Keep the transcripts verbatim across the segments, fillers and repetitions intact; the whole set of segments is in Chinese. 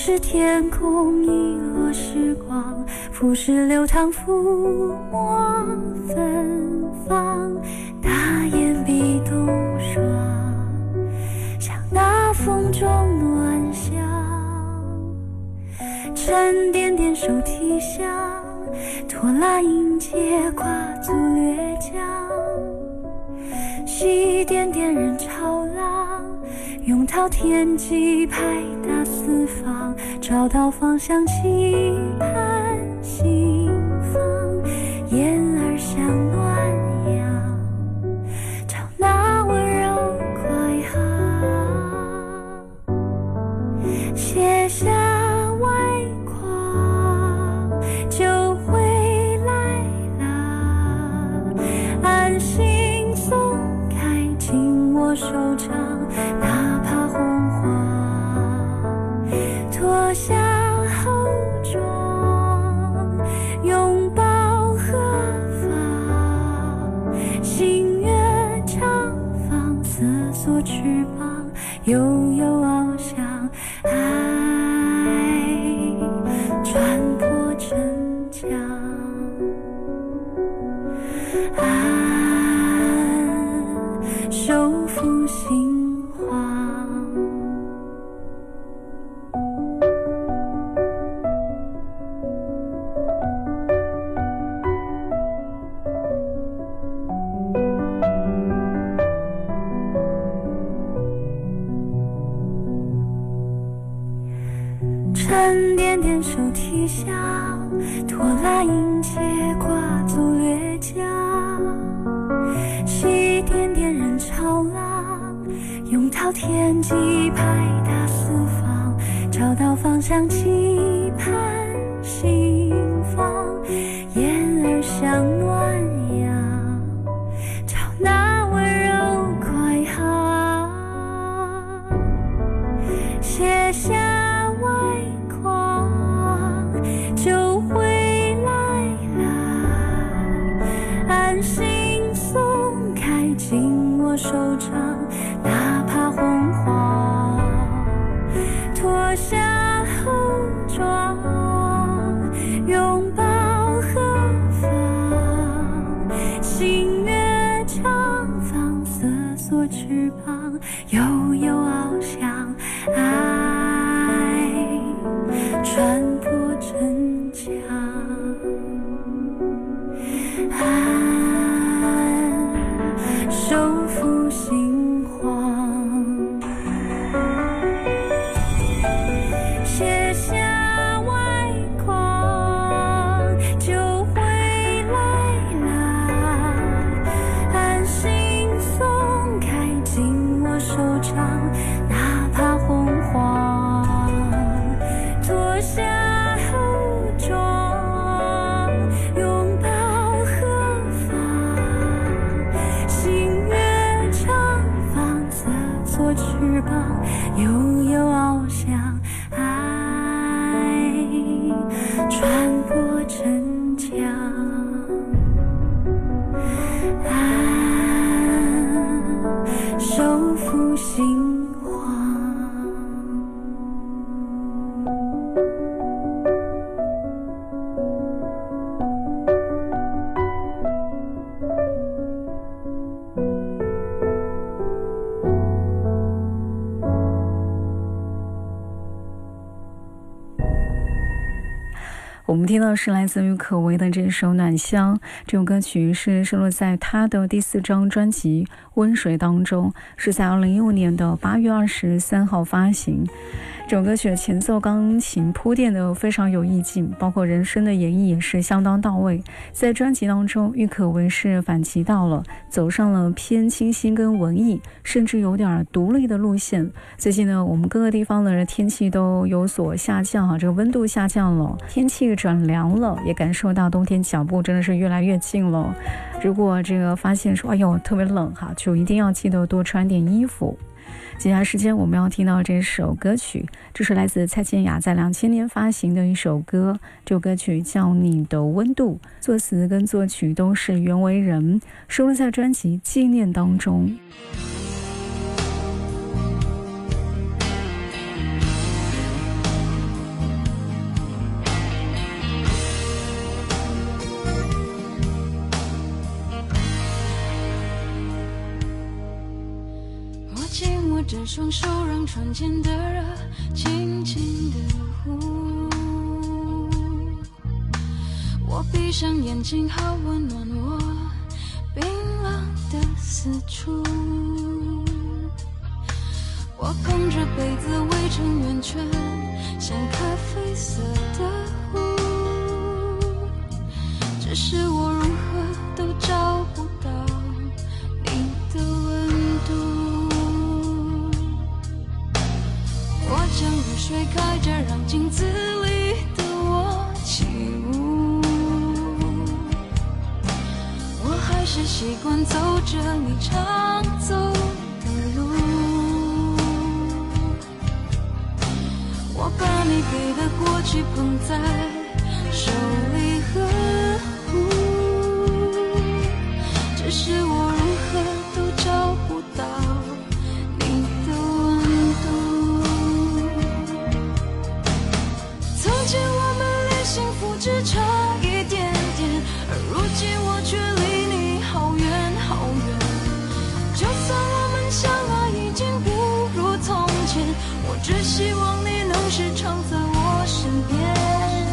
是天空遗落时光，浮世流淌，覆墨芬芳，大雁比冬霜，像那风中暖香。沉甸甸手提箱，拖拉迎接跨足掠江，一点点人潮浪，拥抱天际，拍打四方，找到方向，期盼心房，燕儿像暖阳，找那温柔快行，写下外框就回来了，安心松开紧握手掌，哪怕红黄，脱下后装，拥抱何方，星月长放，瑟缩翅膀，悠悠翱翔，爱穿破城墙，安手抚心慌。沉甸甸手提箱，拖拉迎接跨足掠江，一点点人潮浪，拥抱天际，拍打四方，找到方向，期盼心房，燕儿像暖阳，找那温柔快行，写下外框就回来了，安心松开紧握手掌，哪怕红黄，脱下后装，拥抱何方，星月长放，瑟缩翅膀，悠悠翱翔，爱穿破城墙，安手抚心慌，写下外框就回来了，安心松开紧握手掌，哪怕红黄，脱下后装，拥抱何方，星月长放，瑟缩翅膀，悠悠翱翔，爱穿破城墙，安手抚心慌。 我们听到是来自于可唯的这首《暖香》，这首歌曲是收录在他的第四张专辑《温水》当中，是在二零一五年的八月二十三号发行。这首歌曲的前奏钢琴铺垫的非常有意境，包括人声的演绎也是相当到位。在专辑当中，郁可唯是反其道了，走上了偏清新跟文艺，甚至有点独立的路线。最近呢，我们各个地方的天气都有所下降啊，这个温度下降了，天气转凉了，也感受到冬天脚步真的是越来越近了。如果这个发现说哎呦特别冷哈，就一定要记得多穿点衣服。接下来时间我们要听到这首歌曲，这是来自蔡健雅在两千年发行的一首歌，这首歌曲叫《你的温度》，作词跟作曲都是袁惟仁，收录在专辑《纪念》当中。 着双手，让唇间的热轻轻地呼。我闭上眼睛，好温暖我冰冷的四处。我捧着杯子围成圆圈，像咖啡色的湖。只是我如何都找不到你的温度。我将热水开着，让镜子里的我起舞。我还是习惯走着你常走的路。我把你给的过去捧在手里呵护，只是我如何都找不到你的温度。曾经我们离幸福只差一点点，而如今我却离你好远好远。就算我们相爱已经不如从前，我只希望你能时常在我身边。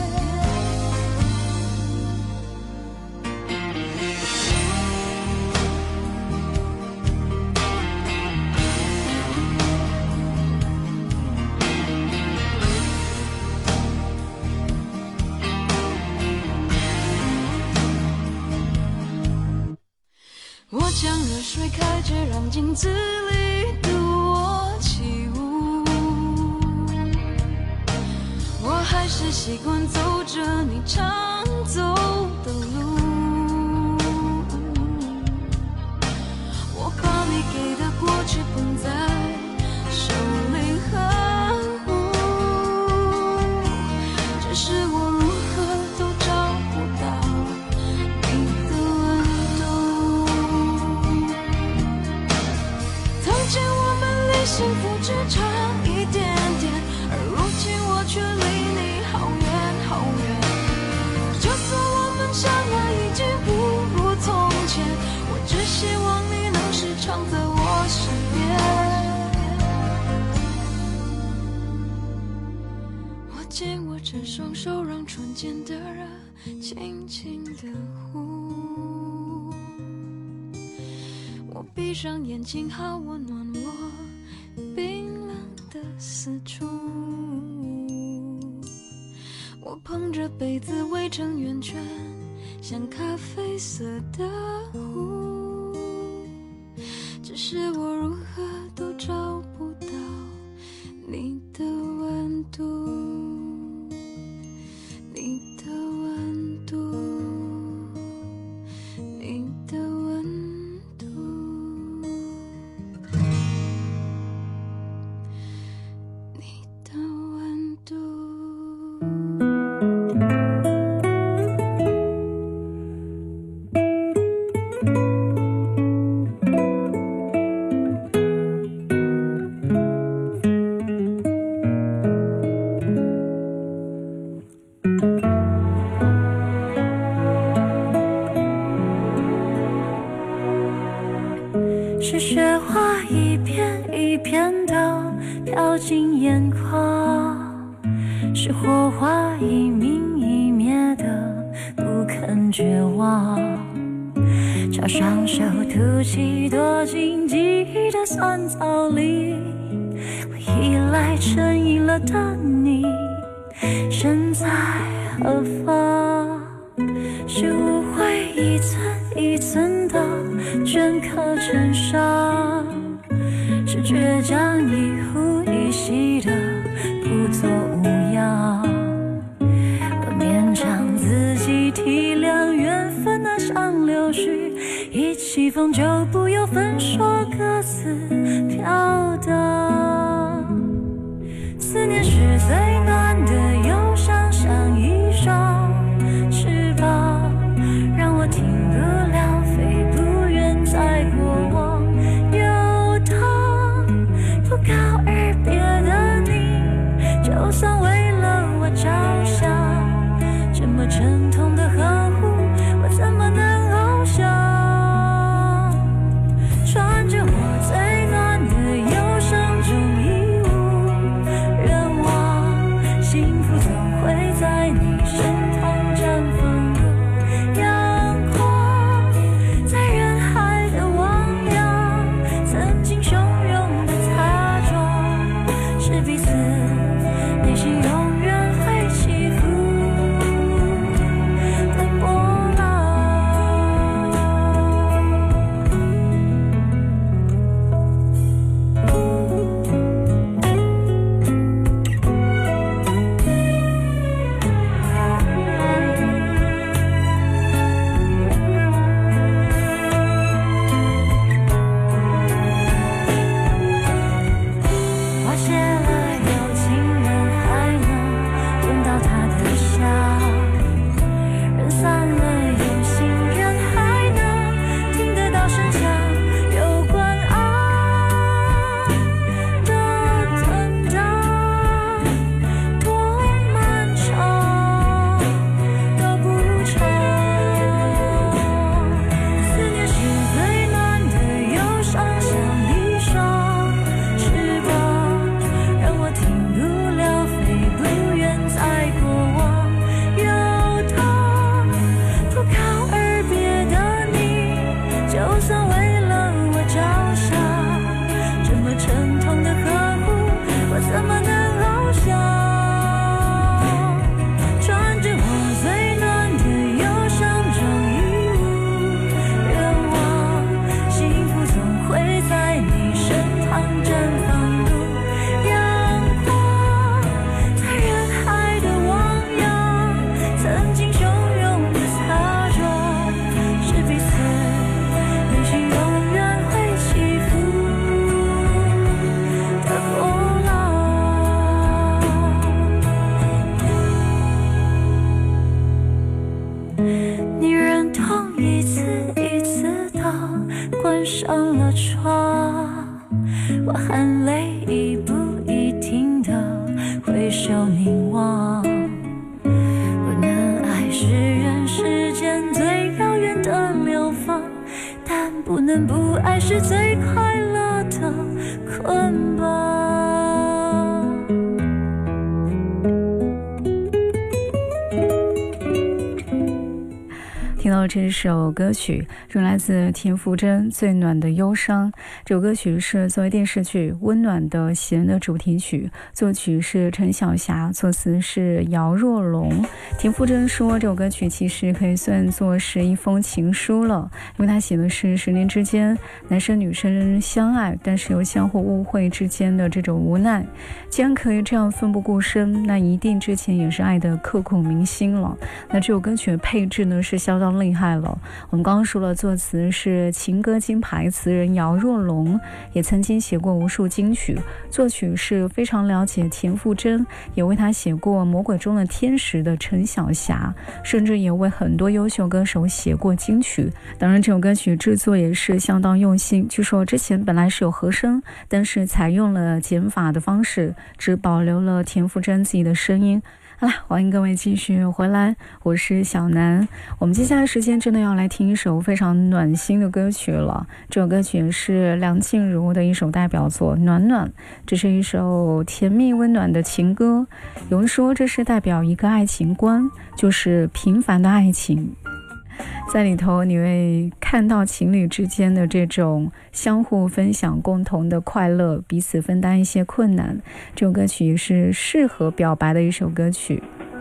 我将热水开着，让镜子里的我起舞。我还是习惯走着你常走的路。我把你给的过去捧在手里呵护，只是我如何都找不到你的温度。曾经我们离幸福只差一点点，而如今我却离你好远好远。就算我们相爱已经不如从前，我只希望你能时常在我身边。我紧握着双手，让唇间的热轻轻地呼。我闭上眼睛，好温暖我冰冷的四处。我捧着杯子围成圆圈，像咖啡色的湖。只是我如何都找不到你的温度，你的温度，你的温度，你的温度。 是雪花一片一片的飘进眼眶，是火花一明一灭的不肯绝望。朝双手吐气，躲进记忆的酸草里。我依赖成瘾了的你，身在何方？是误会一寸一寸的镌刻成伤，是倔强一呼一吸的不作无恙。我勉强自己体谅缘分那像流絮，一起风就不由分说各自飘荡。思念是最暖的忧伤，像一双翅膀，让我停不了飞，不愿在过往游荡。不告而别的你，就算为了我着想，这么沉痛的呵护，我怎么能翱翔？穿着我最暖的忧伤内心永远会起伏的波听到这首歌曲是来自田馥甄《最暖的忧伤》，这首歌曲是作为电视剧《温暖的弦》的主题曲，作曲是陈小霞，作词是姚若龙。田馥甄说这首歌曲其实可以算作是一封情书了，因为他写的是十年之间男生女生相爱但是又相互误会之间的这种无奈。既然可以这样奋不顾身，那一定之前也是爱的刻骨铭心了。那这首歌曲的配置呢是相当厉害了。我们刚刚说了，作词是情歌金牌词人姚若龙，也曾经写过无数金曲，作曲是非常了解田馥甄，也为他写过《魔鬼中的天使》的陈小霞，甚至也为很多优秀歌手写过金曲。当然这首歌曲制作也是相当用心，据说之前本来是有和声，但是采用了减法的方式，只保留了田馥甄自己的声音。好了，欢迎各位继续回来，我是小南。我们接下来时间真的要来听一首非常暖心的歌曲了。这首歌曲是梁静茹的一首代表作《暖暖》，这是一首甜蜜温暖的情歌。有人说这是代表一个爱情观，就是平凡的爱情。在里头你会看到情侣之间的这种相互分享共同的快乐，彼此分担一些困难。这首歌曲是适合表白的一首歌曲。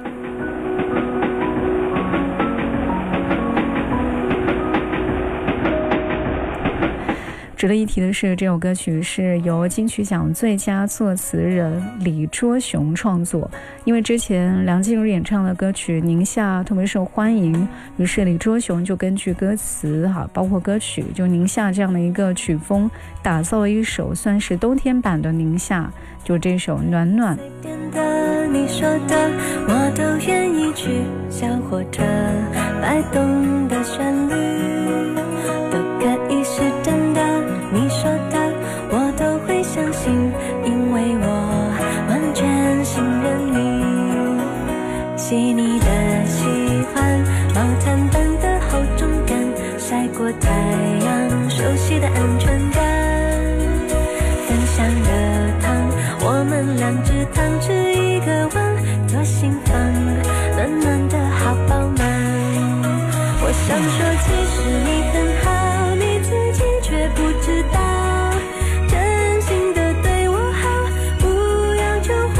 值得一提的是，这首歌曲是由金曲奖最佳作词人李卓雄创作。因为之前梁静茹演唱的歌曲《宁夏》特别受欢迎，于是李卓雄就根据歌词哈，包括歌曲就《宁夏》这样的一个曲风，打造了一首算是冬天版的《宁夏》，就这首《暖暖》。 你说的我都愿意去，小火车摆动的旋律都可以是真的，你说的我都会相信，因为我完全信任你。细腻的喜欢，毛毯般的好重感，晒过太阳，熟悉的安全感，分享热汤，我们两只汤匙一个碗，做心房，暖暖的好饱满。我想说其实你很好，你自己却不知道，真心的对我好，不要求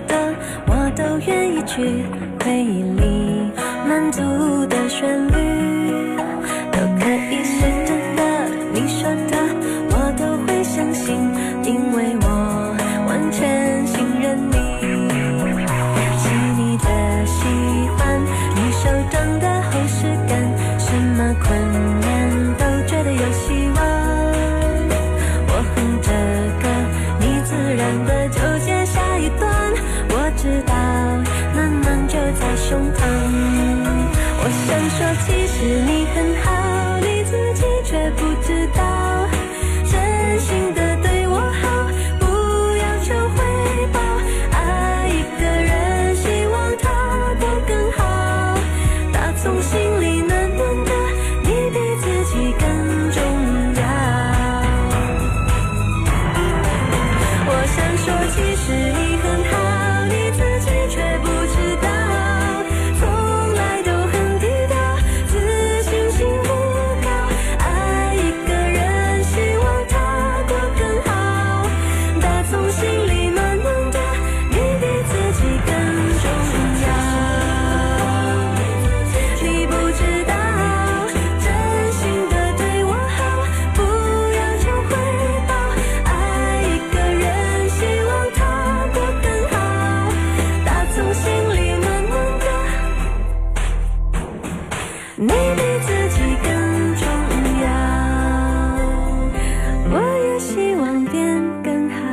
的，我都愿意去回忆里满足的旋律，都可以是真的。你说的我都会相信，因为我完全信任你。细腻的喜欢，你手掌的厚实感，什么困难都觉得有希望。我哼着歌，你自然的就接下一段，我知道暖暖就在胸膛。我想说其实你很好，你自己却不知道，真心的对我好，不要求回报，爱一个人希望他过更好，打从心里暖暖的，你比自己更重要。我想说其实你很好，你自己却不知道，从来都很低调，自信心不高，爱一个人希望他过更好，打从心里暖暖的，你比自己更重要。你不知道，真心的对我好，不要求回报，爱一个人希望他过更好，打从心里暖暖的，你比自己更重要。我也希望变更好。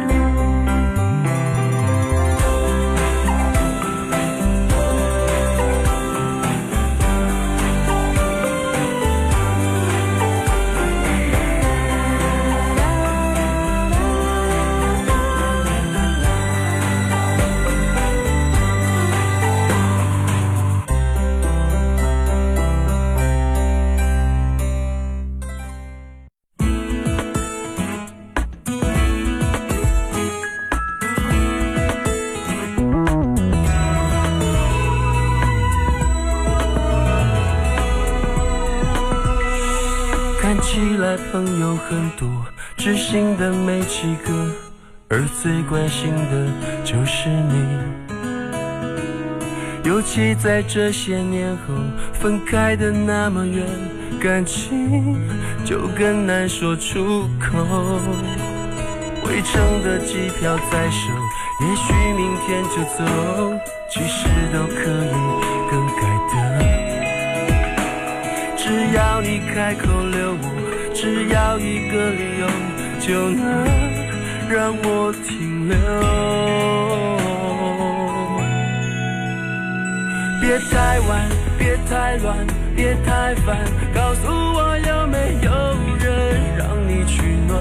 看起来朋友很多，知心的没几个，而最关心的就是你。尤其在这些年后，分开的那么远，感情就更难说出口。回程的机票在手，也许明天就走，其实都可以更改的。只要你开口留我，只要一个理由，就能让我停留。别太晚，别太乱，别太烦，告诉我有没有人让你取暖。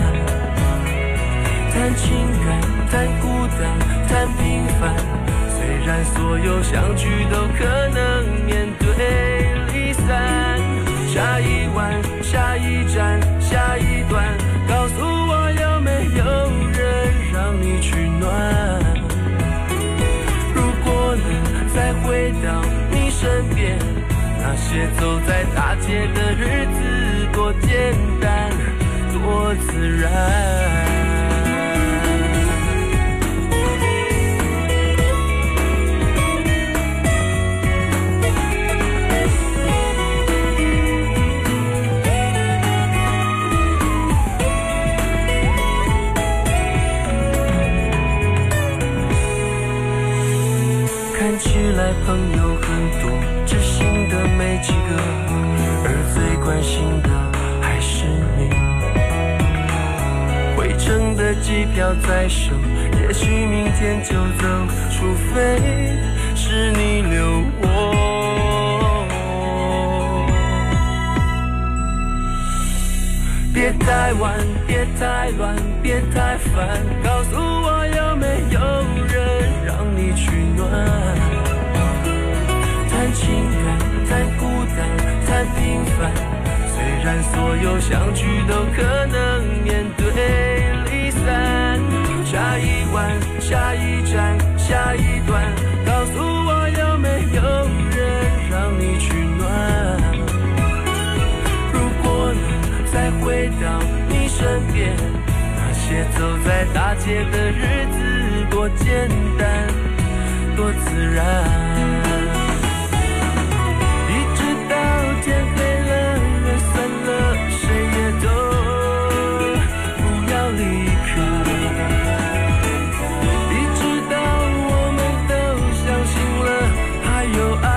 谈情感，谈孤单，谈平凡，虽然所有相聚都可能面对离散。下一晚，下一站，下一段，告诉我有没有人让你取暖。如果能再回到你身边，那些走在大街的日子多简单，多自然。起来朋友很多，知心的没几个，而最关心的还是你。回程的机票在手，也许明天就走，除非是你留我。别太晚，别太乱，别太烦，告诉我有没有人让你取暖。谈情感，谈孤单，谈平凡，虽然所有相聚都可能面对离散。下一晚，下一站，下一段，告诉我有没有人让你取暖。如果能再回到你身边，那些走在大街的日子多简单， 多自然。一直到天黑了，人散了，谁也都不要离开。一直到我们都相信了还有爱。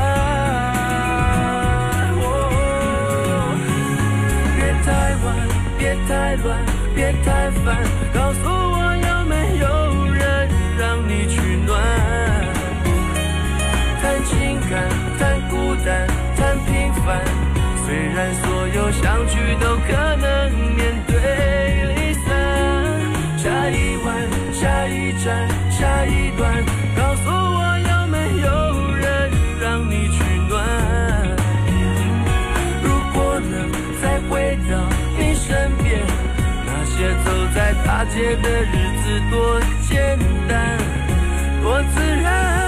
哦，别太晚，别太乱，别太烦，告诉我有没有人让你取暖。谈情感，谈孤单，谈平凡，虽然所有相聚都可能面对离散。下一晚，下一站，下一段，告诉我有没有人让你取暖。如果能再回到你身边，那些走在大街的日子多简单，多自然。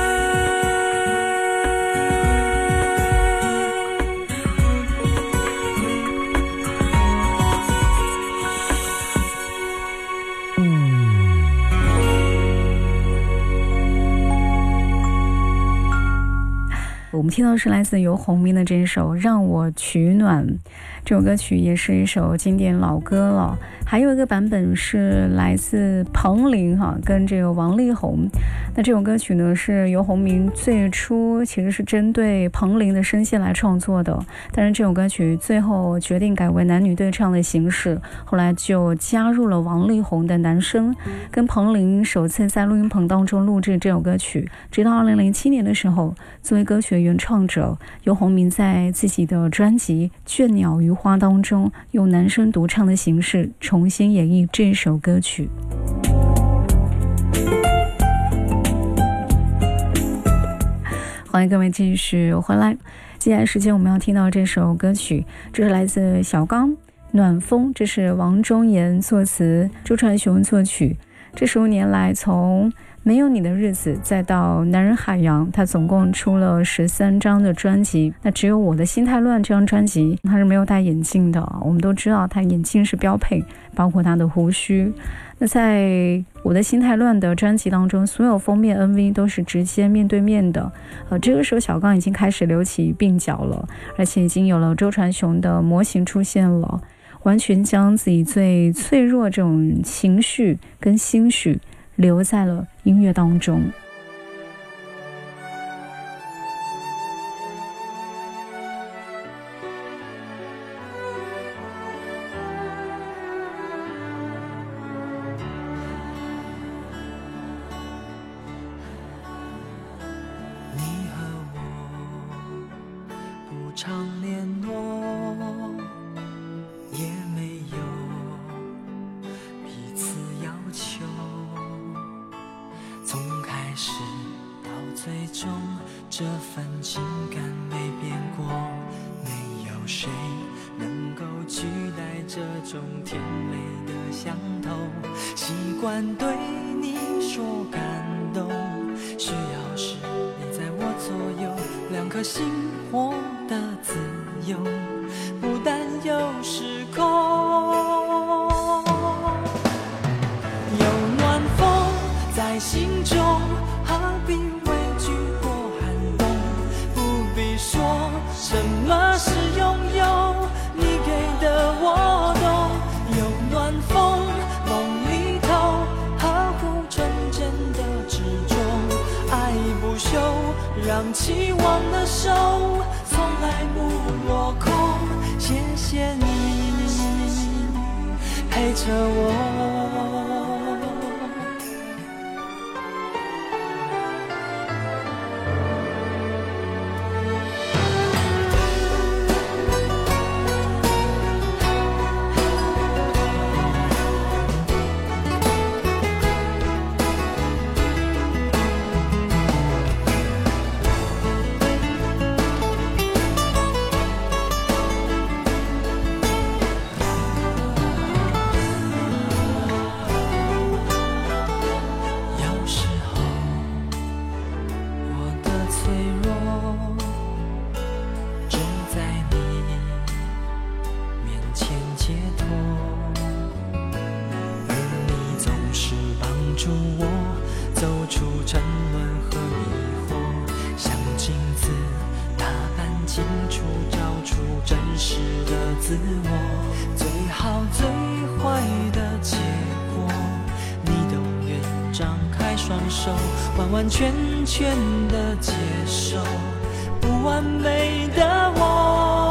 我们听到是来自游鸿明的这首《让我取暖》，这首歌曲也是一首经典老歌了。还有一个版本是来自彭羚哈，跟这个王力宏。那这首歌曲呢，是游鸿明最初其实是针对彭羚的声线来创作的，但是这首歌曲最后决定改为男女对唱的形式，后来就加入了王力宏的男声，跟彭羚首次在录音棚当中录制这首歌曲。直到二零零七年的时候，作为歌曲的原创者，游鸿明在自己的专辑《倦鸟于花》当中，用男声独唱的形式重新演绎这首歌曲。欢迎各位继续回来，接下来时间我们要听到这首歌曲，这是来自小刚《暖风》，这是王中岩作词，周传雄作曲。这十五年来，从没有你的日子再到男人海洋，他总共出了十三张的专辑。那只有我的心太乱这张专辑他是没有戴眼镜的，我们都知道他眼镜是标配，包括他的胡须。那在我的心太乱的专辑当中，所有封面 M V 都是直接面对面的。呃，这个时候小刚已经开始留起鬓角了，而且已经有了周传雄的模型出现了，完全将自己最脆弱这种情绪跟心绪留在了音乐当中。 你和我不常联络，也没有彼此要求，从开始到最终，这份情感没变过，没有谁能够取代这种甜美的相投，习惯对你说感动，需要时你在我左右，两颗心活得自由，不担忧失控。有暖风在心中，何必畏惧过寒冬？不必说什么是拥有，你给的我懂。有暖风梦里头，呵护纯真的执着，爱不休，让期望的手从来不落空。谢谢你陪着我。 自我，最好最坏的结果，你都愿张开双手，完完全全的接受不完美的我。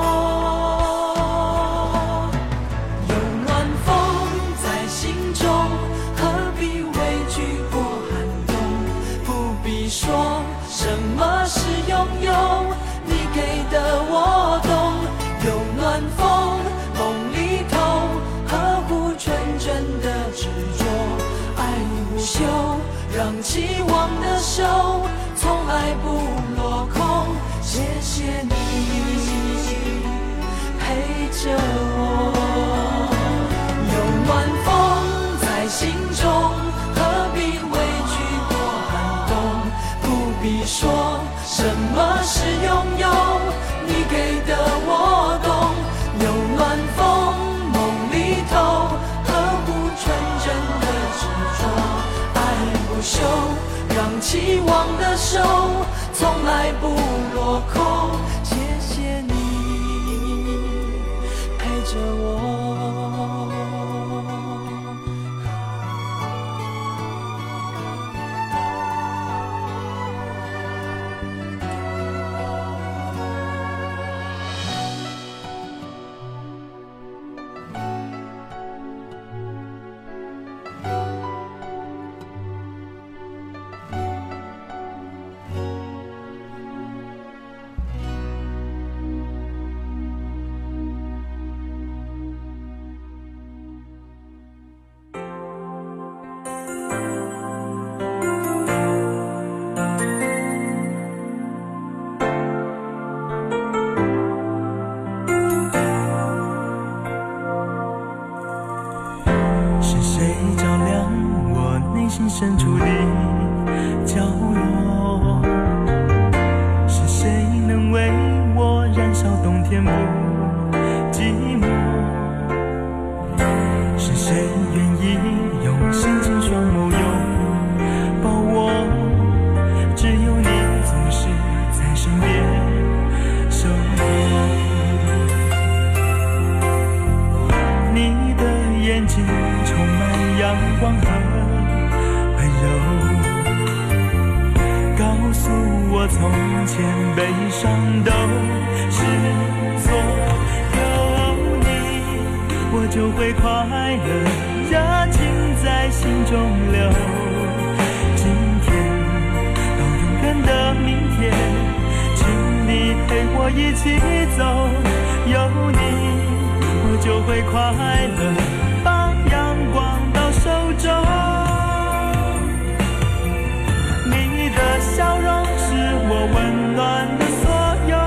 有暖风在心中，何必畏惧过寒冬？不必说什么是拥有，你给的我懂。有暖风梦里头，呵护纯真的执着，爱无休，让期望的手从来不落空。谢谢你陪着我。有暖风在心中，何必畏惧过寒冬？不必说什么是拥有，你给的我懂。有暖风梦里头，呵护纯真的执着，爱不休，让期望的手从来不落空。谢谢你陪着我。 深处的角落，是谁能为我燃烧冬天不寂寞？是谁愿意用深情双眸拥抱我？只有你总是在身边守候，你的眼睛充满阳光和告诉我从前悲伤都是错，有你我就会快乐，热情在心中流。今天到永远的明天，请你陪我一起走，有你我就会快乐，把阳光到手中。笑容是我温暖的所有。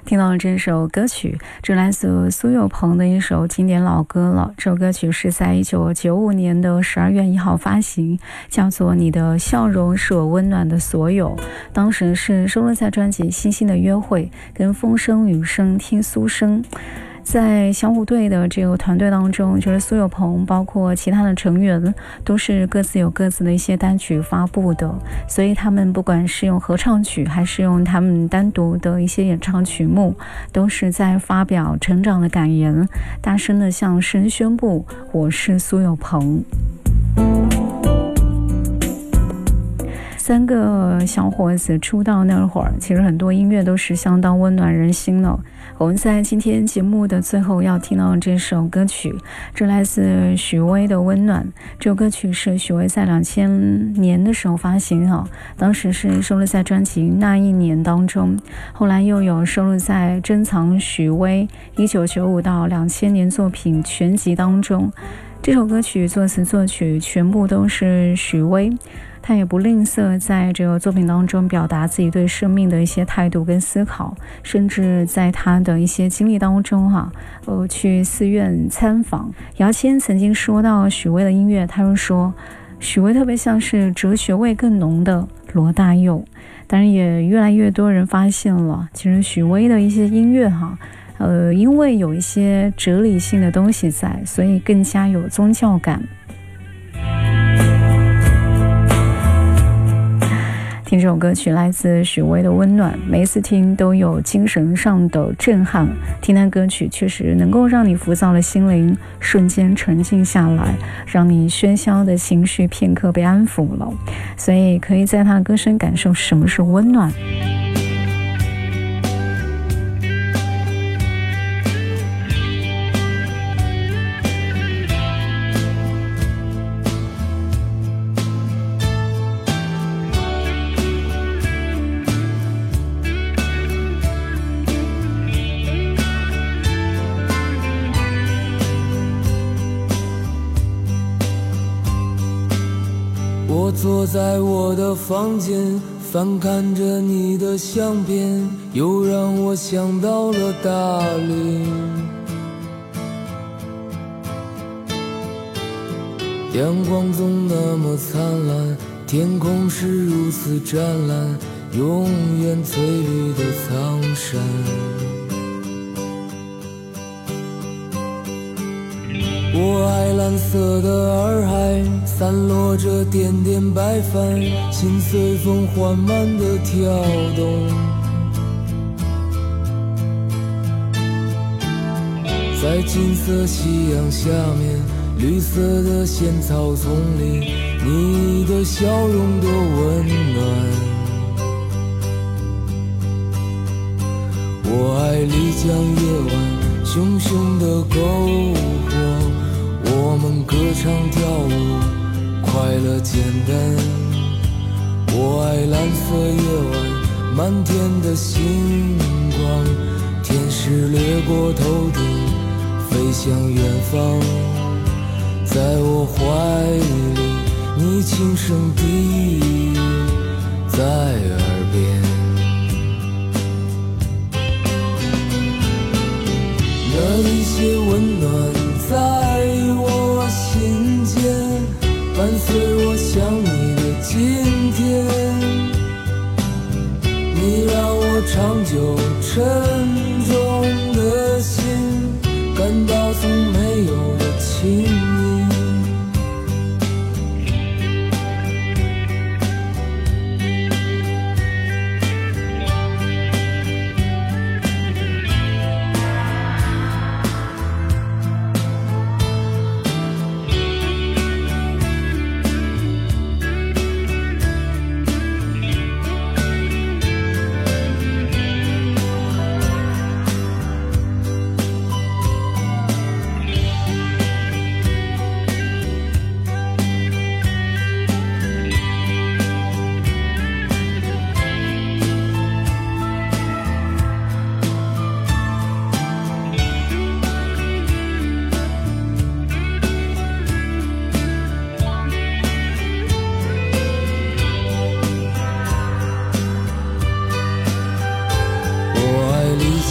听到这首歌曲，这来自苏有朋的一首经典老歌了。这首歌曲是在一九九五年的十二月一号发行，叫做《你的笑容是我温暖的所有》。当时是收录在专辑《星星的约会》跟风声、雨声、听苏声。在小虎队的这个团队当中，就是苏有朋包括其他的成员都是各自有各自的一些单曲发布的，所以他们不管是用合唱曲还是用他们单独的一些演唱曲目，都是在发表成长的感言，大声的向世人宣布我是苏有朋。三个小伙子出道那会儿，其实很多音乐都是相当温暖人心的。我们在今天节目的最后要听到这首歌曲，这来自许巍的《温暖》。这首歌曲是许巍在两千年的时候发行哈，当时是收录在专辑《那一年》当中，后来又有收录在珍藏许巍一九九五到两千年作品全集当中。这首歌曲作词作曲全部都是许巍，他也不吝啬在这个作品当中表达自己对生命的一些态度跟思考，甚至在他的一些经历当中哈、啊，呃，去寺院参访。姚谦曾经说到许巍的音乐，他就说许巍特别像是哲学味更浓的罗大佑。当然也越来越多人发现了，其实许巍的一些音乐哈、啊。呃，因为有一些哲理性的东西在，所以更加有宗教感。听这首歌曲来自许巍的《温暖》，每一次听都有精神上的震撼。听那歌曲确实能够让你浮躁的心灵瞬间沉静下来，让你喧嚣的情绪片刻被安抚了。所以可以在他的歌声感受什么是温暖。 我坐在我的房间，翻看着你的相片，又让我想到了大理。阳光总那么灿烂，天空是如此湛蓝，永远翠绿的苍山。我爱蓝色的洱海，散落着点点白帆，心随风缓慢地跳动。在金色夕阳下面，绿色的仙草丛里，你的笑容多温暖。我爱丽江夜晚，熊熊的篝火，我们歌唱跳舞，快乐简单。我爱蓝色夜晚，满天的星光，天使掠过头顶，飞向远方。在我怀里，你轻声低语在耳边，那一些温暖在我心间，伴随我想你的今天。你让我长久沉重的心感到从没有的轻易。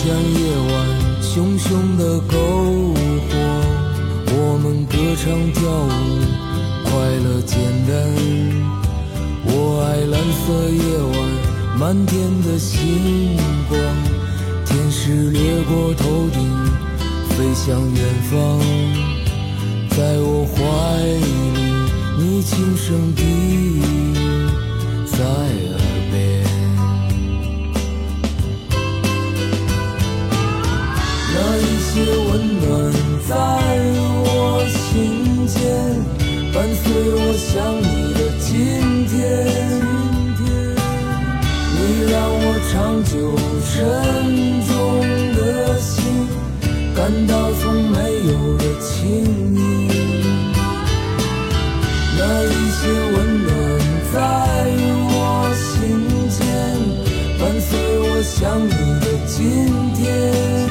像夜晚熊熊的篝火，我们歌唱跳舞，快乐简单。我爱蓝色夜晚满天的星光，天使掠过头顶，飞向远方。在我怀里，你轻声低语在耳边。那一些温暖在我心间，伴随我想你的今天。你让我长久沉重的心感到从没有的轻易。那一些温暖在我心间，伴随我想你的今天。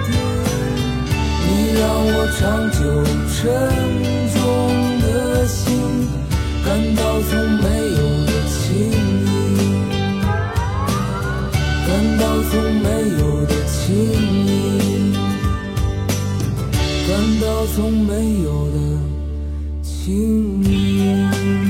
你让我长久沉重的心感到从没有的轻易，感到从没有的轻易，感到从没有的轻易。